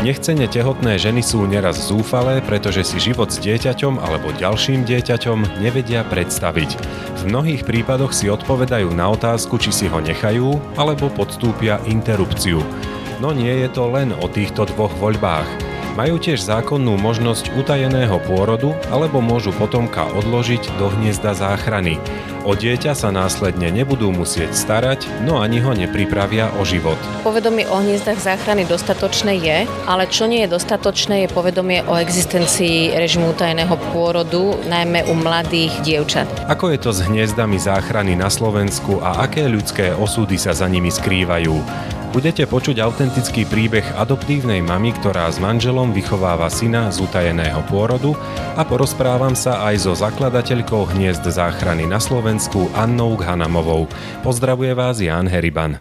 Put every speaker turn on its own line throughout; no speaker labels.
Nechcene tehotné ženy sú neraz zúfalé, pretože si život s dieťaťom alebo ďalším dieťaťom nevedia predstaviť. V mnohých prípadoch si odpovedajú na otázku, či si ho nechajú, alebo podstúpia interrupciu. No nie je to len o týchto dvoch voľbách. Majú tiež zákonnú možnosť utajeného pôrodu, alebo môžu potomka odložiť do hniezda záchrany. O dieťa sa následne nebudú musieť starať, no ani ho nepripravia o život.
Povedomie o hniezdach záchrany dostatočné je, ale čo nie je dostatočné, je povedomie o existencii režimu utajeného pôrodu, najmä u mladých dievčat.
Ako je to s hniezdami záchrany na Slovensku a aké ľudské osudy sa za nimi skrývajú? Budete počuť autentický príbeh adoptívnej mamy, ktorá s manželom vychováva syna z utajeného pôrodu, a porozprávam sa aj so zakladateľkou hniezd záchrany na Slovensku Annou Ghanamovou. Pozdravuje vás Ján Heriban.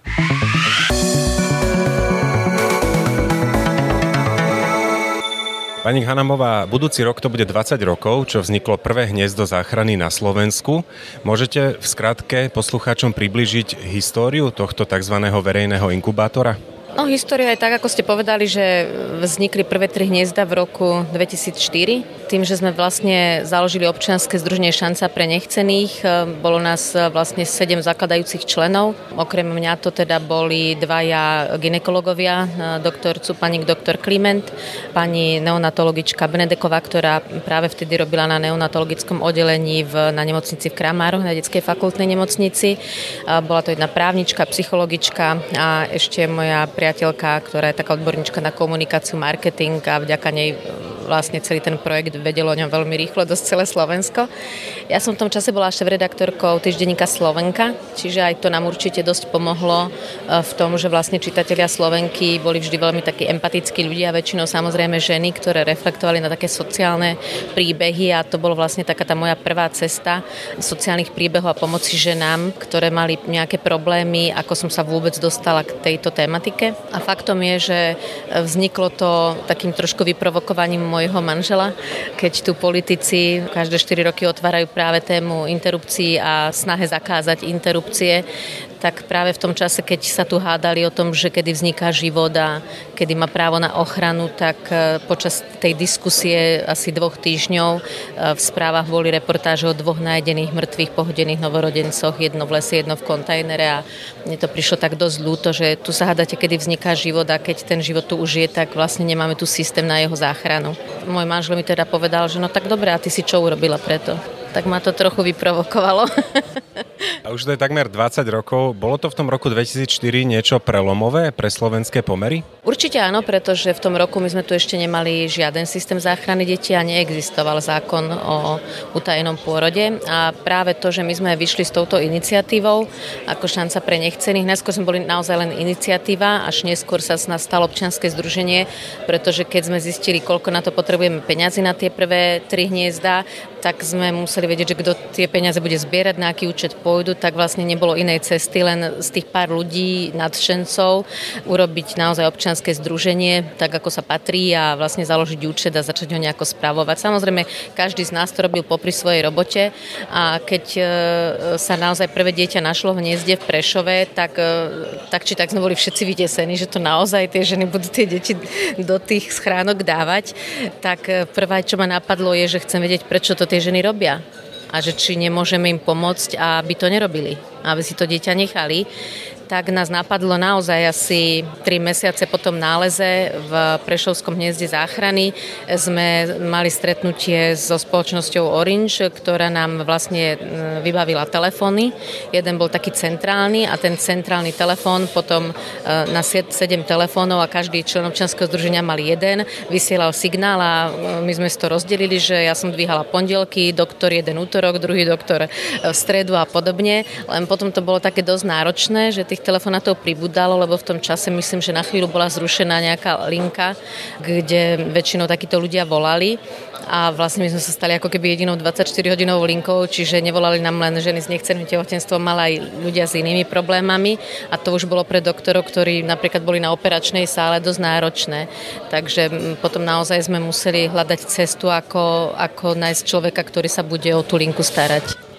Pani Ghanamová, budúci rok to bude 20 rokov, čo vzniklo prvé hniezdo záchrany na Slovensku. Môžete v skratke poslucháčom približiť históriu tohto tzv. Verejného inkubátora?
No, história je tak, ako ste povedali, že vznikli prvé 3 hniezda v roku 2004. Tým, že sme vlastne založili občianske združenie Šanca pre nechcených, bolo nás vlastne 7 zakladajúcich členov. Okrem mňa to teda boli 2 gynekológovia, doktor Cupaník, doktor Kliment, pani neonatologička Benedeková, ktorá práve vtedy robila na neonatologickom oddelení na nemocnici v Kramároch, na detskej fakultnej nemocnici. Bola to jedna právnička, psychologička a ešte moja priateľka, ktorá je taká odborníčka na komunikáciu, marketing, a vďaka nej vlastne celý ten projekt vedelo o ňom veľmi rýchlo, dosť celé Slovensko. Ja som v tom čase bola šéfredaktorkou týždenníka Slovenka, čiže aj to nám určite dosť pomohlo v tom, že vlastne čitatelia Slovenky boli vždy veľmi takí empatickí ľudia, väčšinou samozrejme ženy, ktoré reflektovali na také sociálne príbehy, a to bolo vlastne taká tá moja prvá cesta sociálnych príbehov a pomoci ženám, ktoré mali nejaké problémy, ako som sa vôbec dostala k tejto tematike. A faktom je, že vzniklo to takým trošku vyprovokovaním môjho manžela, keď tu politici každé 4 roky otvárajú práve tému interrupcií a snahe zakázať interrupcie, tak práve v tom čase, keď sa tu hádali o tom, že kedy vzniká život a kedy má právo na ochranu, tak počas tej diskusie asi 2 týždňov v správach boli reportáže o 2 nájdených mŕtvych pohodených novorodencoch, jedno v lese, jedno v kontajnere, a mne to prišlo tak dosť ľúto, že tu sa hádate, kedy vzniká život, a keď ten život tu už je, tak vlastne nemáme tu systém na jeho záchranu. Môj manžel mi teda povedal, že no tak dobre, a ty si čo urobila preto? Tak ma to trochu vyprovokovalo.
A už to je takmer 20 rokov. Bolo to v tom roku 2004 niečo prelomové pre slovenské pomery?
Určite áno, pretože v tom roku my sme tu ešte nemali žiaden systém záchrany detí a neexistoval zákon o utajenom pôrode. A práve to, že my sme vyšli s touto iniciatívou ako Šanca pre nechcených, najskôr sme boli naozaj len iniciatíva, až neskôr sa z nás stalo občianske združenie, pretože keď sme zistili, koľko na to potrebujeme peňazí na tie prvé 3 hniezda, tak sme museli vedieť, že kto tie peniaze bude zbierať, na aký účet pôjdu, tak vlastne nebolo inej cesty, len z tých pár ľudí, nadšencov, urobiť naozaj občianske združenie, tak ako sa patrí, a vlastne založiť účet a začať ho nejako spravovať. Samozrejme, každý z nás to robil popri svojej robote, a keď sa naozaj prvé dieťa našlo v hniezde v Prešove, tak či tak sme boli všetci vytesení, že to naozaj tie ženy budú tie deti do tých schránok dávať. Tak prvé, čo ma napadlo, je, že chcem vedieť, prečo to tie ženy robia. A že či nemôžeme im pomôcť, aby to nerobili, aby si to dieťa nechali. Tak nás napadlo naozaj asi 3 mesiace po tom náleze v Prešovskom hniezde záchrany. Sme mali stretnutie so spoločnosťou Orange, ktorá nám vlastne vybavila telefóny. Jeden bol taký centrálny, a ten centrálny telefón potom na 7 telefónov, a každý člen občianskeho združenia mal jeden, vysielal signál, a my sme si to rozdelili, že ja som dvíhala pondelky, doktor jeden útorok, druhý doktor v stredu a podobne. Len potom to bolo také dosť náročné, že tých telefonátov pribudalo, lebo v tom čase myslím, že na chvíľu bola zrušená nejaká linka, kde väčšinou takíto ľudia volali, a vlastne my sme sa stali ako keby jedinou 24-hodinovou linkou, čiže nevolali nám len ženy s nechceným tehotenstvom, ale aj ľudia s inými problémami, a to už bolo pre doktorov, ktorí napríklad boli na operačnej sále, dosť náročné. Takže potom naozaj sme museli hľadať cestu, ako nájsť človeka, ktorý sa bude o tú linku starať.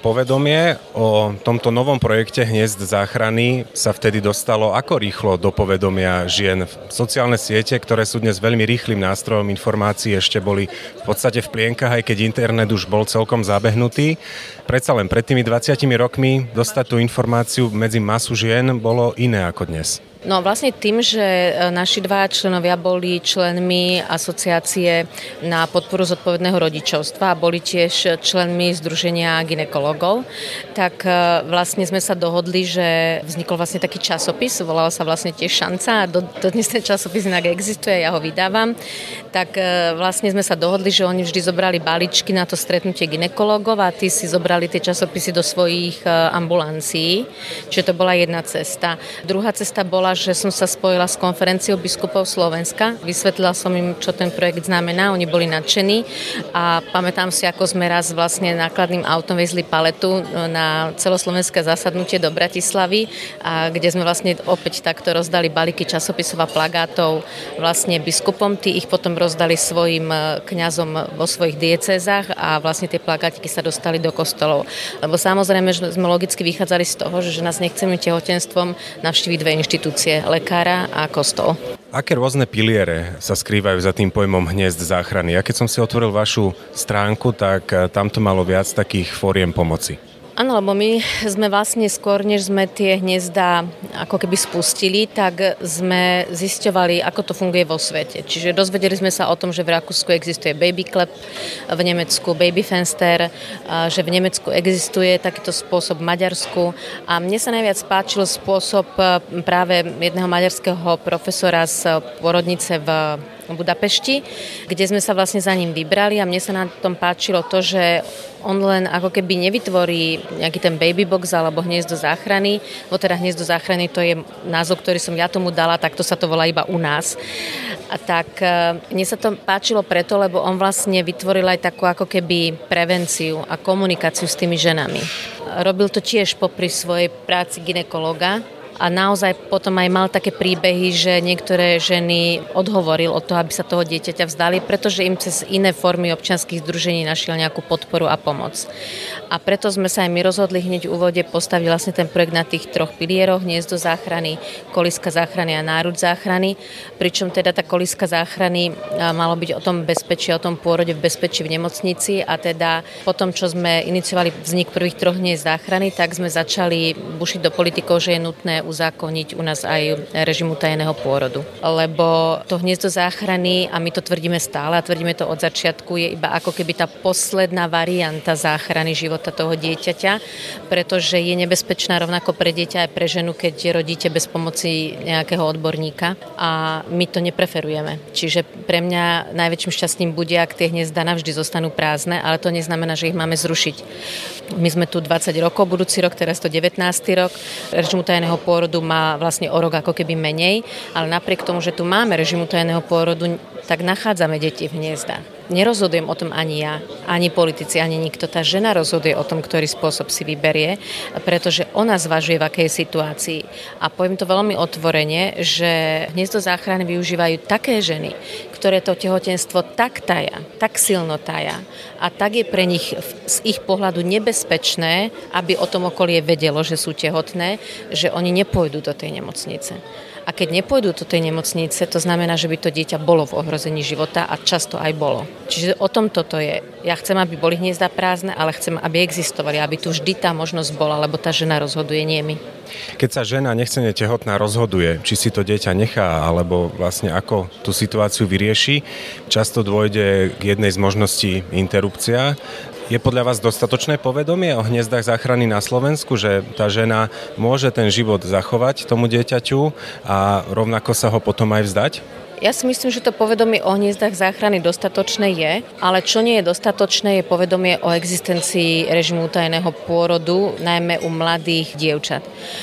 Povedomie o tomto novom projekte Hniezd záchrany sa vtedy dostalo ako rýchlo do povedomia žien? Sociálne siete, ktoré sú dnes veľmi rýchlym nástrojom informácií, ešte boli v podstate v plienkach, aj keď internet už bol celkom zabehnutý. Predsa len pred tými 20 rokmi dostať tú informáciu medzi masu žien bolo iné ako dnes.
No vlastne tým, že naši dva členovia boli členmi asociácie na podporu zodpovedného rodičovstva a boli tiež členmi Združenia gynekologov, tak vlastne sme sa dohodli, že vznikol vlastne taký časopis, volal sa vlastne tiež Šanca a dodnes ten časopis inak existuje, ja ho vydávam. Tak vlastne sme sa dohodli, že oni vždy zobrali balíčky na to stretnutie gynekologov a tí si zobrali tie časopisy do svojich ambulancií. Čiže to bola jedna cesta. Druhá cesta bola, že som sa spojila s konferenciou biskupov Slovenska. Vysvetlila som im, čo ten projekt znamená. Oni boli nadšení a pamätám si, ako sme raz vlastne nákladným autom vezli paletu na celoslovenské zasadnutie do Bratislavy, a kde sme vlastne opäť takto rozdali balíky časopisov a plagátov vlastne biskupom. Tí ich potom rozdali svojim kňazom vo svojich diecézach a vlastne tie plagátiky sa dostali do kostolov. Lebo samozrejme, že sme logicky vychádzali z toho, že nás nechceme tehotenstvom navštíviť dve inštitúcie, lekára a kostol.
Aké rôzne piliere sa skrývajú za tým pojmom Hniezd záchrany? Ja keď som si otvoril vašu stránku, tak tam to malo viac takých fóriem pomoci.
Áno, lebo my sme vlastne skôr, než sme tie hniezda ako keby spustili, tak sme zisťovali, ako to funguje vo svete. Čiže dozvedeli sme sa o tom, že v Rakúsku existuje Baby Clap, v Nemecku Baby Fenster, že v Nemecku existuje takýto spôsob v Maďarsku. A mne sa najviac páčil spôsob práve jedného maďarského profesora z pôrodnice v Budapešti, kde sme sa vlastne za ním vybrali a mne sa na tom páčilo to, že on len ako keby nevytvorí nejaký ten baby box alebo hniezdo záchrany, bo teda hniezdo záchrany to je názov, ktorý som ja tomu dala, tak to sa to volá iba u nás. A tak mne sa to páčilo preto, lebo on vlastne vytvoril aj takú ako keby prevenciu a komunikáciu s tými ženami. Robil to tiež popri svojej práci gynekologa. A naozaj potom aj mal také príbehy, že niektoré ženy odhovoril od toho, aby sa toho dieťaťa vzdali, pretože im cez iné formy občianskych združení našiel nejakú podporu a pomoc. A preto sme sa aj my rozhodli hneď v úvode postaviť vlastne ten projekt na tých troch pilieroch, hniezdo záchrany, kolíska záchrany a náruč záchrany, pričom teda tá kolíska záchrany malo byť o tom bezpečí, o tom pôrode v bezpečí v nemocnici a teda potom, čo sme iniciovali vznik prvých troch hniezd záchrany, tak sme začali bušiť do politikov, že je nutné uzákoniť u nás aj režim utajeného pôrodu. Lebo to hniezdo záchrany, a my to tvrdíme stále a tvrdíme to od začiatku, je iba ako keby tá posledná varianta záchrany života toho dieťaťa, pretože je nebezpečná rovnako pre dieťa aj pre ženu, keď rodíte bez pomoci nejakého odborníka a my to nepreferujeme. Čiže pre mňa najväčším šťastím bude, ak tie hniezda navždy zostanú prázdne, ale to neznamená, že ich máme zrušiť. My sme tu 20 rokov, budúci rok, teraz to 19. rok, režim utajeného pôrodu má vlastne o rok ako keby menej, ale napriek tomu, že tu máme režim utajeného pôrodu, tak nachádzame deti v hniezdách. Nerozhodujem o tom ani ja, ani politici, ani nikto. Tá žena rozhoduje o tom, ktorý spôsob si vyberie, pretože ona zvažuje, v akej situácii. A poviem to veľmi otvorene, že hniezdo záchrany využívajú také ženy, ktoré to tehotenstvo tak taja, tak silno taja a tak je pre nich z ich pohľadu nebezpečné, aby o tom okolie vedelo, že sú tehotné, že oni nepôjdu do tej nemocnice. A keď nepôjdu do tej nemocnice, to znamená, že by to dieťa bolo v ohrození života a často aj bolo. Čiže o tom toto je. Ja chcem, aby boli hniezda prázdne, ale chcem, aby existovali, aby tu vždy tá možnosť bola, lebo tá žena rozhoduje, nie my.
Keď sa žena nechcene tehotná rozhoduje, či si to dieťa nechá, alebo vlastne ako tú situáciu vyrieši, často dôjde k jednej z možností interrupcia. Je podľa vás dostatočné povedomie o hniezdách záchrany na Slovensku, že tá žena môže ten život zachovať tomu dieťaťu a rovnako sa ho potom aj vzdať?
Ja si myslím, že to povedomie o hniezdách záchrany dostatočné je, ale čo nie je dostatočné, je povedomie o existencii režimu utajeného pôrodu, najmä u mladých dievčat.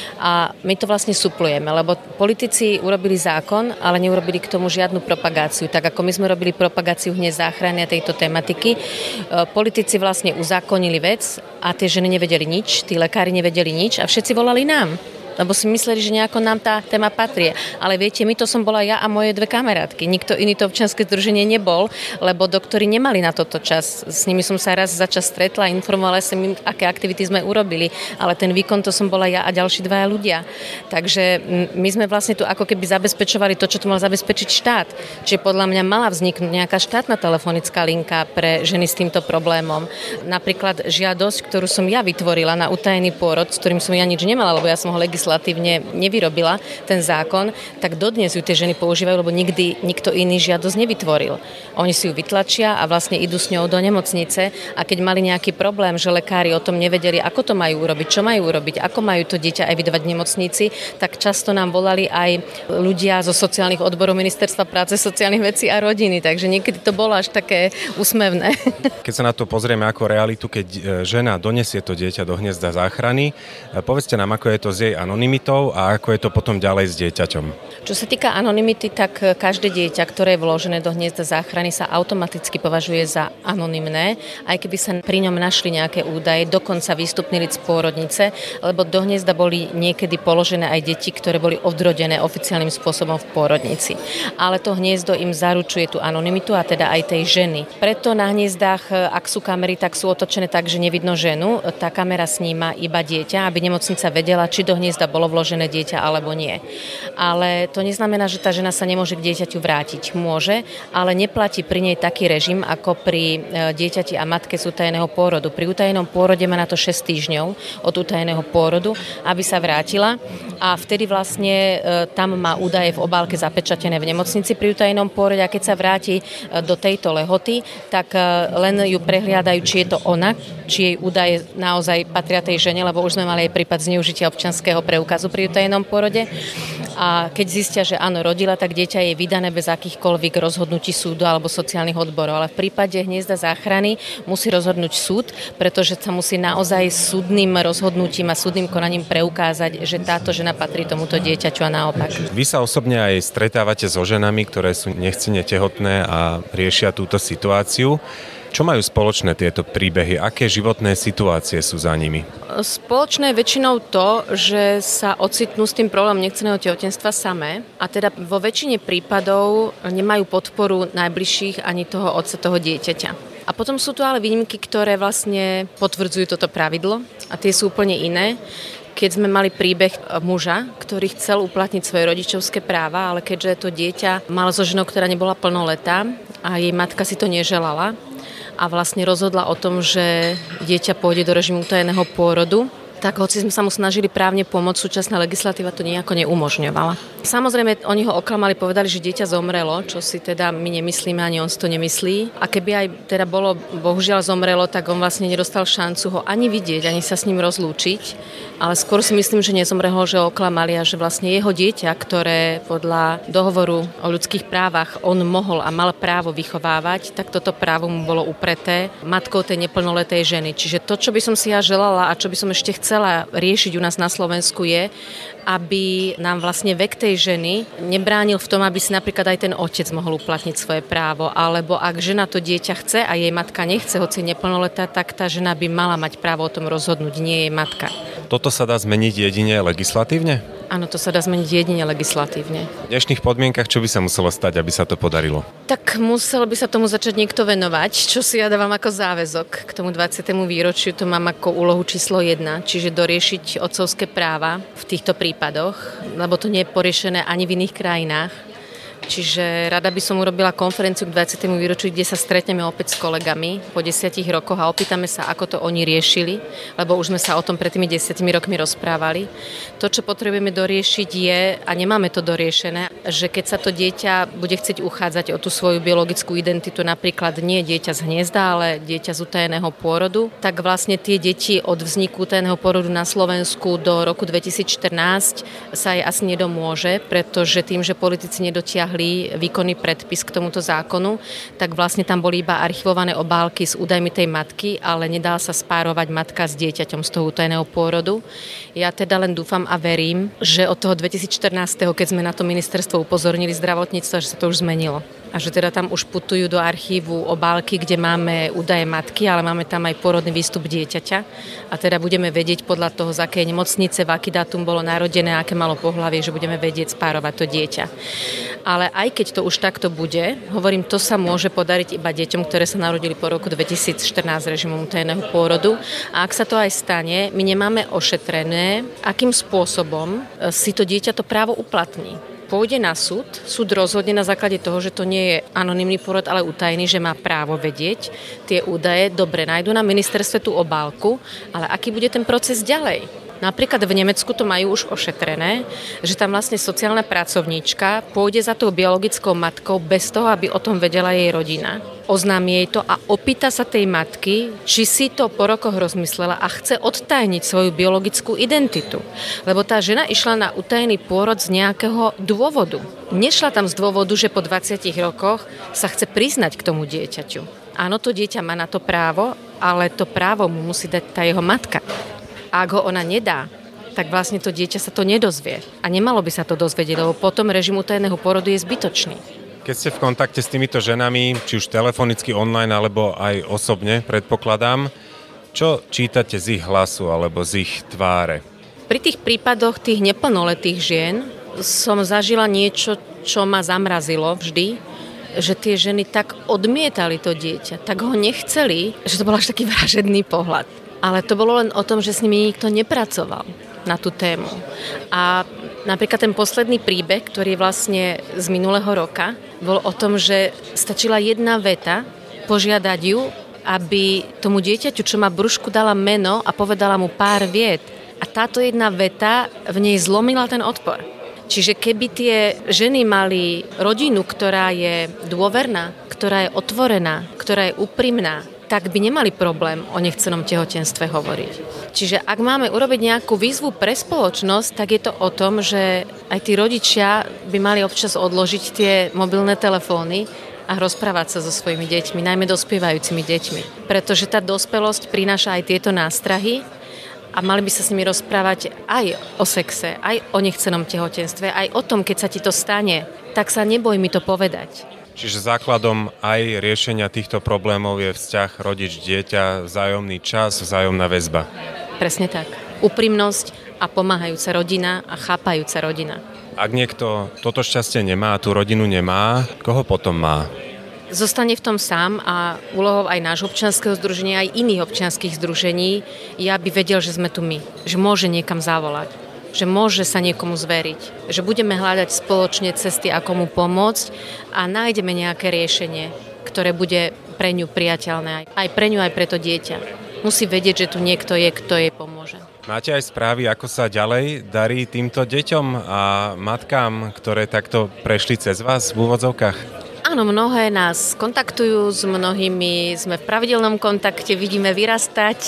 A my to vlastne suplujeme, lebo politici urobili zákon, ale neurobili k tomu žiadnu propagáciu. Tak ako my sme robili propagáciu hniezd záchrany a tejto tematiky, politici vlastne uzákonili vec a tie ženy nevedeli nič, tí lekári nevedeli nič a všetci volali nám. lebo si mysleli, že nejako nám tá téma patrí. Ale viete, my to som bola ja a moje 2 kamarátky. Nikto iný to občianske združenie nebol, lebo doktori nemali na toto čas. S nimi som sa raz za čas stretla, informovala som im, aké aktivity sme urobili, ale ten výkon to som bola ja a ďalší 2 ľudia. Takže my sme vlastne tu ako keby zabezpečovali to, čo tu mal zabezpečiť štát. Čiže podľa mňa mala vzniknúť nejaká štátna telefonická linka pre ženy s týmto problémom. Napríklad žiadosť, ktorú som ja vytvorila na utajený pôrod, s ktorým som ja nič nemala, lebo ja som ho legislatívne nevyrobila, ten zákon, tak dodnes ju tie ženy používajú, lebo nikdy nikto iný žiadosť nevytvoril. Oni si ju vytlačia a vlastne idú s ňou do nemocnice a keď mali nejaký problém, že lekári o tom nevedeli, ako to majú urobiť, čo majú urobiť, ako majú to dieťa evidovať v nemocnici, tak často nám volali aj ľudia zo sociálnych odborov Ministerstva práce, sociálnych vecí a rodiny, takže niekedy to bolo až také úsmevné.
Keď sa na to pozrieme ako realitu, keď žena donesie to dieťa do hniezda záchrany, povedzte nám, ako je to s jej anonymitou a ako je to potom ďalej s dieťaťom.
Čo sa týka anonymity, tak každé dieťa, ktoré je vložené do hniezda záchrany, sa automaticky považuje za anonymné, aj keby sa pri ňom našli nejaké údaje, dokonca výstupný list z pôrodnice, lebo do hniezda boli niekedy položené aj deti, ktoré boli odrodené oficiálnym spôsobom v pôrodnici. Ale to hniezdo im zaručuje tú anonymitu a teda aj tej ženy. Preto na hniezdách, ak sú kamery, tak sú otočené tak, že nevidno ženu. Tá kamera sníma iba dieťa, aby nemocnica vedela, či do hniezda bolo vložené dieťa alebo nie. Ale to neznamená, že tá žena sa nemôže k dieťaťu vrátiť. Môže, ale neplatí pri nej taký režim, ako pri dieťati a matke z utajeného pôrodu. Pri utajenom pôrode má na to 6 týždňov od utajeného pôrodu, aby sa vrátila a vtedy vlastne tam má údaje v obálke zapečatené v nemocnici pri utajenom pôrode a keď sa vráti do tejto lehoty, tak len ju prehliadajú, či je to ona, či jej údaje naozaj patria tej žene, lebo už sme mali aj prípad zneužitia občianskeho preukazu pri utajenom pôrode. A keď zistia, že áno, rodila, tak dieťa je vydané bez akýchkoľvek rozhodnutí súdu alebo sociálnych odborov. Ale v prípade hniezda záchrany musí rozhodnúť súd, pretože sa musí naozaj súdnym rozhodnutím a súdnym konaním preukázať, že táto žena patrí tomuto dieťaťu a naopak.
Vy sa osobne aj stretávate so ženami, ktoré sú nechcene tehotné a riešia túto situáciu. Čo majú spoločné tieto príbehy? Aké životné situácie sú za nimi?
Spoločné je väčšinou to, že sa ocitnú s tým problémom nechceného tehotenstva samé a teda vo väčšine prípadov nemajú podporu najbližších ani toho otca toho dieťaťa. A potom sú tu ale výnimky, ktoré vlastne potvrdzujú toto pravidlo a tie sú úplne iné. Keď sme mali príbeh muža, ktorý chcel uplatniť svoje rodičovské práva, ale keďže to dieťa mal so ženou, ktorá nebola plnoletá a jej matka si to neželala, a vlastne rozhodla o tom, že dieťa pôjde do režimu utajeného pôrodu, tak hoci sme sa mu snažili právne pomôcť, súčasná legislatíva to nejako neumožňovala. Samozrejme, oni ho oklamali, povedali, že dieťa zomrelo, čo si teda my nemyslíme, ani on si to nemyslí. A keby aj teda bolo, bohužiaľ zomrelo, tak on vlastne nedostal šancu ho ani vidieť, ani sa s ním rozlúčiť. Ale skôr si myslím, že nezomrelo, že ho oklamali a že vlastne jeho dieťa, ktoré podľa dohovoru o ľudských právach on mohol a mal právo vychovávať, tak toto právo mu bolo upreté matkou tej neplnoletej ženy. Čiže to, čo by som si ja želala a čo by som ešte chcela riešiť u nás na Slovensku je, aby nám vlastne vek tej ženy nebránil v tom, aby si napríklad aj ten otec mohol uplatniť svoje právo, alebo ak žena to dieťa chce a jej matka nechce, hoci je neplnoletá, tak tá žena by mala mať právo o tom rozhodnúť, nie jej matka.
Toto sa dá zmeniť jedine legislatívne?
Áno, to sa dá zmeniť jedine legislatívne.
V dnešných podmienkach čo by sa muselo stať, aby sa to podarilo?
Tak musel by sa tomu začať niekto venovať, čo si ja dávam ako záväzok. K tomu 20. výročiu to mám ako úlohu číslo 1, čiže doriešiť otcovské práva v týchto prípadoch, lebo to nie je poriešené ani v iných krajinách. Čiže rada by som urobila konferenciu k 20. výročiu, kde sa stretneme opäť s kolegami po 10 rokoch a opýtame sa, ako to oni riešili, lebo už sme sa o tom pred tými 10 rokmi rozprávali. To, čo potrebujeme doriešiť je, a nemáme to doriešené, že keď sa to dieťa bude chcieť uchádzať o tú svoju biologickú identitu, napríklad nie dieťa z hniezda, ale dieťa z utajeného pôrodu, tak vlastne tie deti od vzniku utajeného pôrodu na Slovensku do roku 2014 sa aj asi nedomôže, pretože tým, že politici nedotiahli výkonný predpis k tomuto zákonu, tak vlastne tam boli iba archivované obálky s údajmi tej matky, ale nedá sa spárovať matka s dieťaťom z toho utajeného pôrodu. Ja teda len dúfam a verím, že od toho 2014, keď sme na to ministerstvo upozornili zdravotníctva, že sa to už zmenilo. a že teda tam už putujú do archívu obálky, kde máme údaje matky, ale máme tam aj pôrodný výstup dieťaťa a teda budeme vedieť podľa toho, z akej nemocnice, v aký dátum bolo narodené, aké malo pohlavie, že budeme vedieť spárovať to dieťa. Ale aj keď to už takto bude, hovorím, to sa môže podariť iba deťom, ktoré sa narodili po roku 2014 režimom utajeného pôrodu. A ak sa to aj stane, my nemáme ošetrené, akým spôsobom si to dieťa to právo uplatní. Pôjde na súd rozhodne na základe toho, že to nie je anonymný pôrod, ale utajený, že má právo vedieť tie údaje. Dobre, nájdu na ministerstve tú obálku, ale aký bude ten proces ďalej? Napríklad v Nemecku to majú už ošetrené, že tam vlastne sociálna pracovníčka pôjde za tou biologickou matkou bez toho, aby o tom vedela jej rodina. Oznámi jej to a opýta sa tej matky, či si to po rokoch rozmyslela a chce odtajniť svoju biologickú identitu. Lebo tá žena išla na utajený pôrod z nejakého dôvodu. Nešla tam z dôvodu, že po 20 rokoch sa chce priznať k tomu dieťaťu. Áno, to dieťa má na to právo, ale to právo mu musí dať tá jeho matka. A ak ho ona nedá, tak vlastne to dieťa sa to nedozvie. A nemalo by sa to dozvedieť, lebo potom režim utajeného pôrodu je zbytočný.
Keď ste v kontakte s týmito ženami, či už telefonicky, online, alebo aj osobne, predpokladám, čo čítate z ich hlasu alebo z ich tváre?
Pri tých prípadoch tých neplnoletých žien som zažila niečo, čo ma zamrazilo vždy, že tie ženy tak odmietali to dieťa, tak ho nechceli, že to bol až taký vražedný pohľad. Ale to bolo len o tom, že s nimi nikto nepracoval na tú tému. A napríklad ten posledný príbeh, ktorý je vlastne z minulého roka, bol o tom, že stačila jedna veta požiadať ju, aby tomu dieťaťu, čo má brúšku, dala meno a povedala mu pár viet. A táto jedna veta v nej zlomila ten odpor. Čiže keby tie ženy mali rodinu, ktorá je dôverná, ktorá je otvorená, ktorá je úprimná, tak by nemali problém o nechcenom tehotenstve hovoriť. Čiže ak máme urobiť nejakú výzvu pre spoločnosť, tak je to o tom, že aj tí rodičia by mali občas odložiť tie mobilné telefóny a rozprávať sa so svojimi deťmi, najmä dospievajúcimi deťmi. Pretože tá dospelosť prináša aj tieto nástrahy a mali by sa s nimi rozprávať aj o sexe, aj o nechcenom tehotenstve, aj o tom, keď sa ti to stane, tak sa neboj mi to povedať.
Čiže základom aj riešenia týchto problémov je vzťah rodič-dieťa, vzájomný čas, vzájomná väzba.
Presne tak. Úprimnosť a pomáhajúca rodina a chápajúca rodina.
Ak niekto toto šťastie nemá a tú rodinu nemá, koho potom má?
Zostane v tom sám a úlohou aj nášho občianskeho združenia, aj iných občianskych združení je, aby vedel, že sme tu my, že môže niekam zavolať, že môže sa niekomu zveriť, že budeme hľadať spoločne cesty, ako mu pomôcť a nájdeme nejaké riešenie, ktoré bude pre ňu priateľné, aj pre ňu, aj pre to dieťa. Musí vedieť, že tu niekto je, kto jej pomôže.
Máte aj správy, ako sa ďalej darí týmto deťom a matkám, ktoré takto prešli cez vás v úvodzovkách?
Áno, mnohé nás kontaktujú, s mnohými sme v pravidelnom kontakte, vidíme vyrastať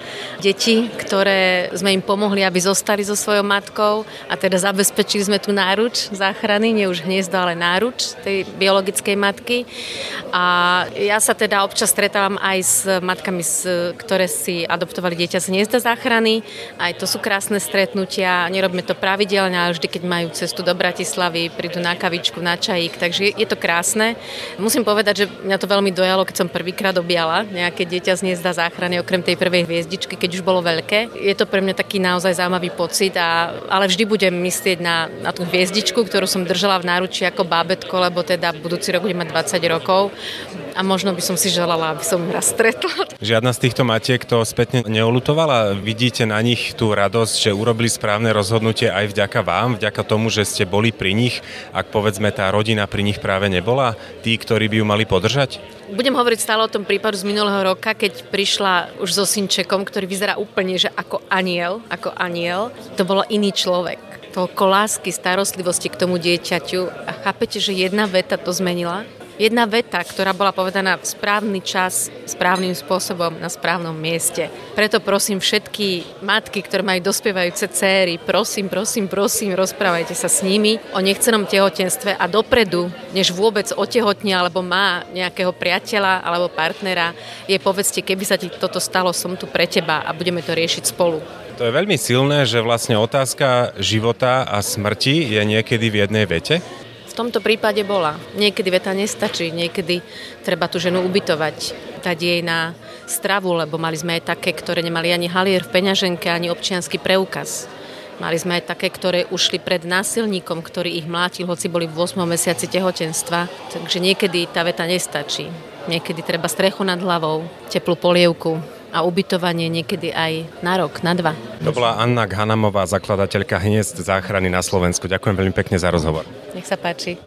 deti, ktoré sme im pomohli, aby zostali so svojou matkou a teda zabezpečili sme tu náruč záchrany, nie už hniezdo, ale náruč tej biologickej matky. A ja sa teda občas stretávam aj s matkami, ktoré si adoptovali dieťa z hniezda záchrany. Aj to sú krásne stretnutia, nerobíme to pravidelne, ale vždy, keď majú cestu do Bratislavy, prídu na kavičku, na čajík, takže je to krásne. Musím povedať, že mňa to veľmi dojalo, keď som prvýkrát objala nejaké dieťa z hniezda záchrany, okrem tej prvej hviezdičky, keď už bolo veľké. Je to pre mňa taký naozaj zaujímavý pocit, ale vždy budem myslieť na tú hviezdičku, ktorú som držala v náručí ako bábätko, lebo teda budúci rok budem mať 20 rokov a možno by som si želala, aby som raz stretla.
Žiadna z týchto matiek to spätne neoľutovala? Vidíte na nich tú radosť, že urobili správne rozhodnutie aj vďaka vám, vďaka tomu, že ste boli pri nich, ak povedzme tá rodina pri nich práve nebola? Tí, ktorí by ju mali podržať?
Budem hovoriť stále o tom prípadu z minulého roka, keď prišla už so synčekom, ktorý vyzerá úplne, že ako aniel. To bolo iný človek. Toľko lásky, starostlivosti k tomu dieťaťu. A chápete, že jedna veta to zmenila? Jedna veta, ktorá bola povedaná v správny čas, správnym spôsobom, na správnom mieste. Preto prosím všetky matky, ktoré majú dospievajúce céry, prosím, rozprávajte sa s nimi o nechcenom tehotenstve a dopredu, než vôbec otehotne alebo má nejakého priateľa alebo partnera, je povedzte, keby sa ti toto stalo, som tu pre teba a budeme to riešiť spolu.
To je veľmi silné, že vlastne otázka života a smrti je niekedy v jednej vete.
V tomto prípade bola. Niekedy veta nestačí, niekedy treba tú ženu ubytovať, dať jej na stravu, lebo mali sme aj také, ktoré nemali ani halier v peňaženke, ani občiansky preukaz. Mali sme aj také, ktoré ušli pred násilníkom, ktorý ich mlátil, hoci boli v 8. mesiaci tehotenstva. Takže niekedy tá veta nestačí. Niekedy treba strechu nad hlavou, teplú polievku a ubytovanie niekedy aj na rok, na 2.
To bola Anna Ghanamová, zakladateľka Hniezd záchrany na Slovensku. Ďakujem veľmi pekne za rozhovor.
Nech sa páči.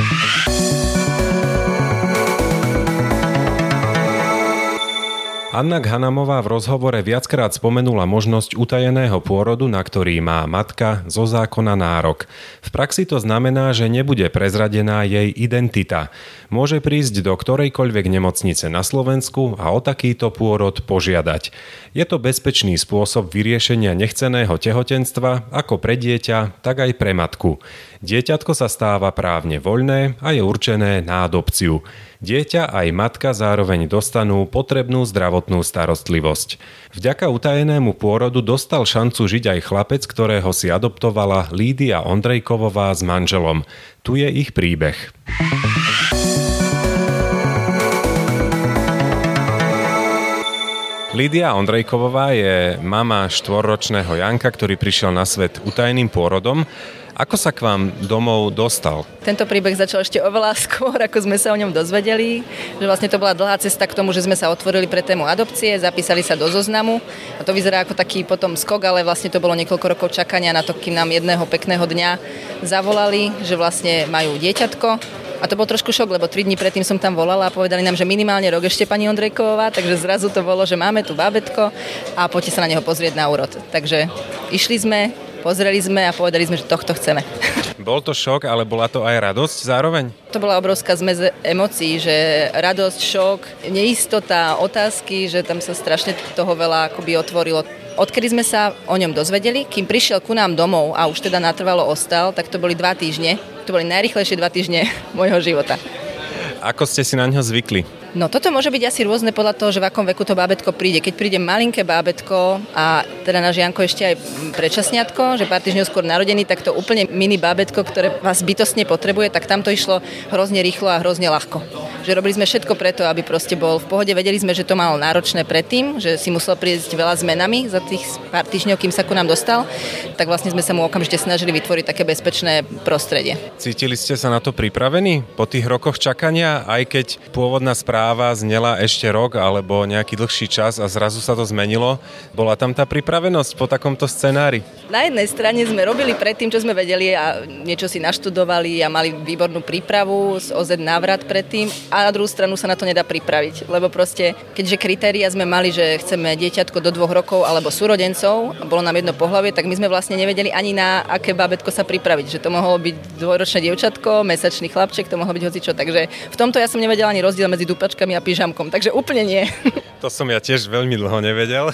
Anna Ghanamová v rozhovore viackrát spomenula možnosť utajeného pôrodu, na ktorý má matka zo zákona nárok. V praxi to znamená, že nebude prezradená jej identita. Môže prísť do ktorejkoľvek nemocnice na Slovensku a o takýto pôrod požiadať. Je to bezpečný spôsob vyriešenia nechceného tehotenstva ako pre dieťa, tak aj pre matku. Dieťatko sa stáva právne voľné a je určené na adopciu. Dieťa aj matka zároveň dostanú potrebnú zdravotnú starostlivosť. Vďaka utajenému pôrodu dostal šancu žiť aj chlapec, ktorého si adoptovala Lídia Ondrejkovová s manželom. Tu je ich príbeh. Lídia Ondrejkovová je mama 4-ročného Janka, ktorý prišiel na svet utajeným pôrodom. Ako sa k vám domov dostal?
Tento príbeh začal ešte oveľa skôr, ako sme sa o ňom dozvedeli. Že vlastne to bola dlhá cesta k tomu, že sme sa otvorili pre tému adopcie, zapísali sa do zoznamu. A to vyzerá ako taký potom skok, ale vlastne to bolo niekoľko rokov čakania na to, kým nám jedného pekného dňa zavolali, že vlastne majú dieťatko. A to bol trošku šok, lebo 3 dní predtým som tam volala a povedali nám, že minimálne rok ešte pani Ondrejkovová, takže zrazu to bolo, že máme tu bábätko a poďte sa na neho pozrieť na úrod. Takže išli sme, pozreli sme a povedali sme, že tohto chceme.
Bol to šok, ale bola to aj radosť zároveň?
To bola obrovská zmes emócií, že radosť, šok, neistota, otázky, že tam sa strašne toho veľa akoby otvorilo. Odkedy sme sa o ňom dozvedeli, kým prišiel ku nám domov a už teda natrvalo ostal, tak to boli 2 týždne. To boli najrýchlejšie 2 týždne môjho života.
Ako ste si na ňo zvykli?
No toto môže byť asi rôzne podľa toho, že v akom veku to bábätko príde. Keď príde malinké bábätko a teda náš Janko ešte aj predčasniatko, že pár týždňov skôr narodený, tak to úplne mini bábätko, ktoré vás bytostne potrebuje, tak tam to išlo hrozne rýchlo a hrozne ľahko. Že robili sme všetko preto, aby proste bol v pohode. Vedeli sme, že to malo náročné predtým, že si musel prísť veľa zmenami za tých pár týždňov, kým sa ku nám dostal. Tak vlastne sme sa mu okamžite snažili vytvoriť také bezpečné prostredie.
Cítili ste sa na to pripravení po tých rokoch čakania, aj keď pôvodná správa znela ešte rok alebo nejaký dlhší čas a zrazu sa to zmenilo? Bola tam tá pripravenosť po takomto scenári?
Na jednej strane sme robili predtým, čo sme vedeli a niečo si naštudovali a mali výbornú prípravu z OZ návrat predtým a na druhú stranu sa na to nedá pripraviť, lebo proste, keďže kritéria sme mali, že chceme dieťatko do 2 rokov alebo súrodencov a bolo nám jedno pohlavie, tak my sme vlastne nevedeli ani na aké bábätko sa pripraviť, že to mohlo byť 2-ročné dievčatko, mesačný chlapček, to mohlo byť hocičo, takže v tomto ja som nevedela ani rozdiel medzi dupačkami a pyžamkom, takže úplne nie.
To som ja tiež veľmi dlho nevedel.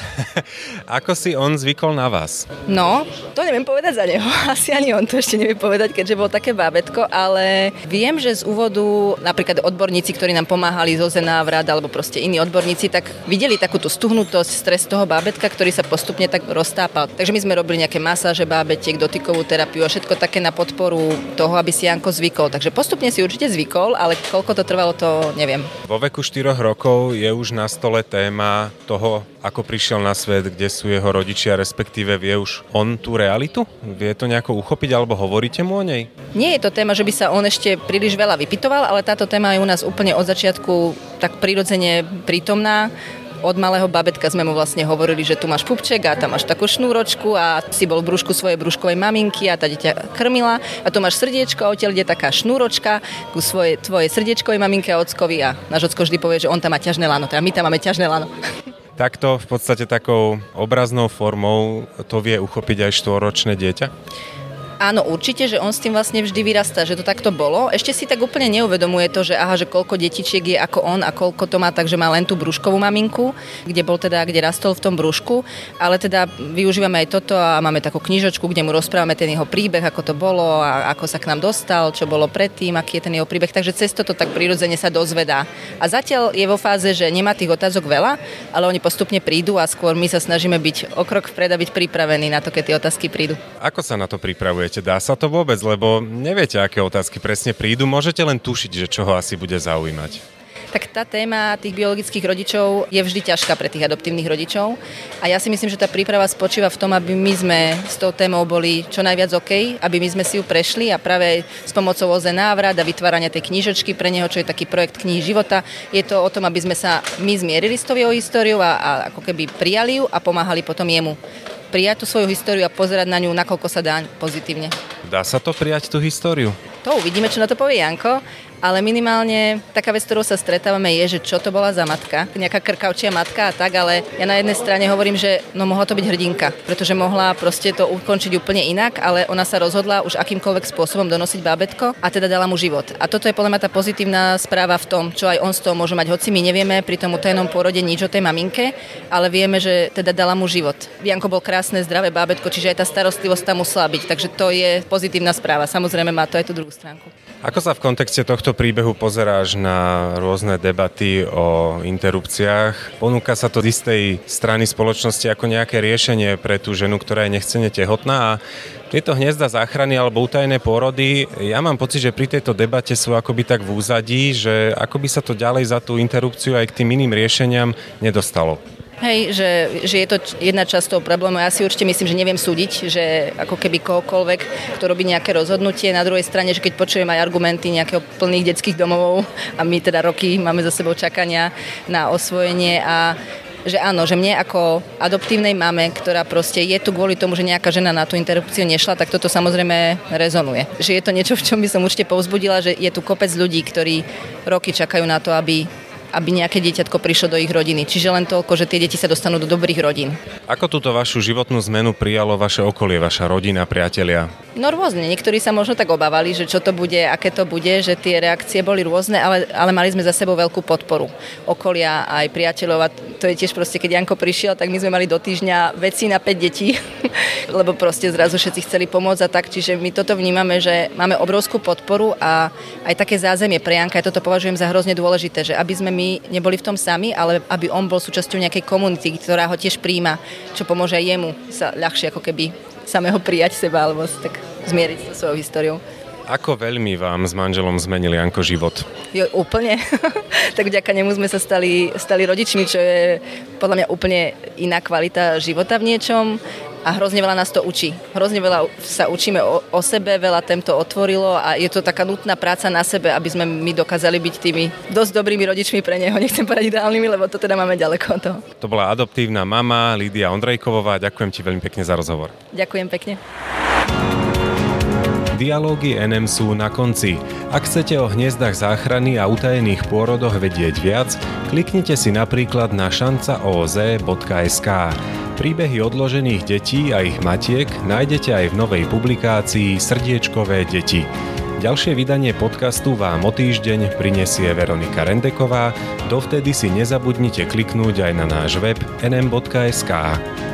Ako si on zvykol na vás?
No, to neviem povedať za neho. Asi ani on to ešte nevie povedať, keďže bol také bábätko, ale viem, že z úvodu napríklad odborníci, ktorí nám pomáhali zo návrat alebo proste iní odborníci, tak videli takú tú stuhnutosť, stres toho bábätka, ktorý sa postupne tak roztápal. Takže my sme robili nejaké masáže bábätiek, dotykovú terapiu a všetko také na podporu toho, aby si Janko zvykol. Takže postupne si určite zvykol, ale koľko to trvalo, to neviem.
Vo veku 4 rokov je už na stole téma toho, ako prišiel na svet, kde sú jeho rodičia, respektíve vie už on tú realitu? Vie to nejako uchopiť alebo hovoríte mu o nej?
Nie je to téma, že by sa on ešte príliš veľa vypytoval, ale táto téma je u nás úplne od začiatku tak prirodzene prítomná. Od malého babätka sme mu vlastne hovorili, že tu máš pupček a tam máš takú šnúročku a si bol v brúšku svojej brúškovej maminky a tá dieťa krmila a tu máš srdiečko a odtiaľ ide taká šnúročka ku tvojej srdiečkovej maminke a ockovi a náš ocko vždy povie, že on tam má ťažné lano, teda my tam máme ťažné lano.
Takto v podstate takou obraznou formou to vie uchopiť aj 4-ročné dieťa?
Áno, určite, že on s tým vlastne vždy vyrastá, že to takto bolo. Ešte si tak úplne neuvedomuje to, že aha, že koľko detičiek je ako on a koľko to má, takže má len tú brúškovú maminku, kde rastol v tom brúšku, ale teda využívame aj toto a máme takú knižočku, kde mu rozprávame ten jeho príbeh, ako to bolo a ako sa k nám dostal, čo bolo predtým, aký je ten jeho príbeh, takže cez toto tak prirodzene sa dozvedá. A zatiaľ je vo fáze, že nemá tých otázok veľa, ale oni postupne prídu a skôr my sa snažíme byť o krok vpred a byť pripravení na to, keď tie otázky prídu.
Ako sa na to pripravujete? poviete, dá sa to vôbec, lebo neviete, aké otázky presne prídu, môžete len tušiť, že čo ho asi bude zaujímať.
Tak tá téma tých biologických rodičov je vždy ťažká pre tých adoptívnych rodičov a ja si myslím, že tá príprava spočíva v tom, aby my sme s tou témou boli čo najviac OK, aby my sme si ju prešli a práve s pomocou OZ Návrat a vytvárania tej knižočky pre neho, čo je taký projekt Knihy života, je to o tom, aby sme sa my zmierili s tou jeho históriou a ako keby prijali ju a pomáhali potom jemu prijať tú svoju históriu a pozerať na ňu, nakoľko sa dá pozitívne.
Dá sa to prijať, tú históriu?
To uvidíme, čo na to povie Janko, ale minimálne taká vec, ktorou sa stretávame, je, že čo to bola za matka, nejaká krkavčia matka a tak, ale ja na jednej strane hovorím, že no mohla to byť hrdinka, pretože mohla proste to ukončiť úplne inak, ale ona sa rozhodla už akýmkoľvek spôsobom donosiť bábätko a teda dala mu život. A toto je podľa mňa tá pozitívna správa v tom, čo aj on z toho môže mať, hoci my nevieme pri tom utajenom pôrode nič o tej maminke, ale vieme, že teda dala mu život. Janko bol krásne, zdravé bábätko, čiže aj tá starostlivosť tam musela byť, takže to je pozitívna správa. Samozrejme má to aj tú druhú stránku.
Ako sa v kontexte tohto príbehu pozeráš na rôzne debaty o interrupciách? Ponúka sa to z istej strany spoločnosti ako nejaké riešenie pre tú ženu, ktorá je nechcene tehotná a tieto hniezda záchrany alebo utajené pôrody, ja mám pocit, že pri tejto debate sú akoby tak v úzadí, že akoby sa to ďalej za tú interrupciu aj k tým iným riešeniam nedostalo.
Hej, že je to jedna časť toho problému. Ja si určite myslím, že neviem súdiť, že ako keby kohokoľvek, kto robí nejaké rozhodnutie. Na druhej strane, že keď počujem aj argumenty nejakého plných detských domov a my teda roky máme za sebou čakania na osvojenie a že áno, že mne ako adoptívnej mame, ktorá proste je tu kvôli tomu, že nejaká žena na tú interrupciu nešla, tak toto samozrejme rezonuje. Že je to niečo, v čom by som určite povzbudila, že je tu kopec ľudí, ktorí roky čakajú na to, aby nejaké dieťatko prišlo do ich rodiny. Čiže len toľko, že tie deti sa dostanú do dobrých rodín.
Ako túto vašu životnú zmenu prijalo vaše okolie, vaša rodina, priatelia?
No rôzne. Niektorí sa možno tak obávali, že čo to bude, aké to bude, že tie reakcie boli rôzne, ale mali sme za sebou veľkú podporu okolia aj priateľov a to je tiež proste, keď Janko prišiel, tak my sme mali do týždňa veci na 5 detí, lebo proste zrazu všetci chceli pomôcť a tak, čiže my toto vnímame, že máme obrovskú podporu a aj také zázemie pre Janka, ja toto považujem za hrozne dôležité, že aby sme my neboli v tom sami, ale aby on bol súčasťou nejakej komunity, ktorá ho tiež prijíma, čo pomôže aj jemu sa ľahšie ako keby samého prijať seba alebo tak zmieriť so svojou históriou.
Ako veľmi vám s manželom zmenil Janko život?
Jo, úplne. Tak vďaka nemu sme sa stali rodičmi, čo je podľa mňa úplne iná kvalita života v niečom a hrozne veľa nás to učí. Hrozne veľa sa učíme o sebe, veľa tém to otvorilo a je to taká nutná práca na sebe, aby sme my dokázali byť tými dosť dobrými rodičmi pre neho. Nechcem povedať ideálnymi, lebo to teda máme ďaleko od toho.
To bola adoptívna mama Lídia Ondrejkovová. Ďakujem ti veľmi pekne za rozhovor.
Ďakujem pekne.
Dialógy NM sú na konci. Ak chcete o hniezdach záchrany a utajených pôrodoch vedieť viac, kliknite si napríklad na šanca.oz.sk. Príbehy odložených detí a ich matiek nájdete aj v novej publikácii Srdiečkové deti. Ďalšie vydanie podcastu vám o týždeň prinesie Veronika Rendeková. Dovtedy si nezabudnite kliknúť aj na náš web nm.sk.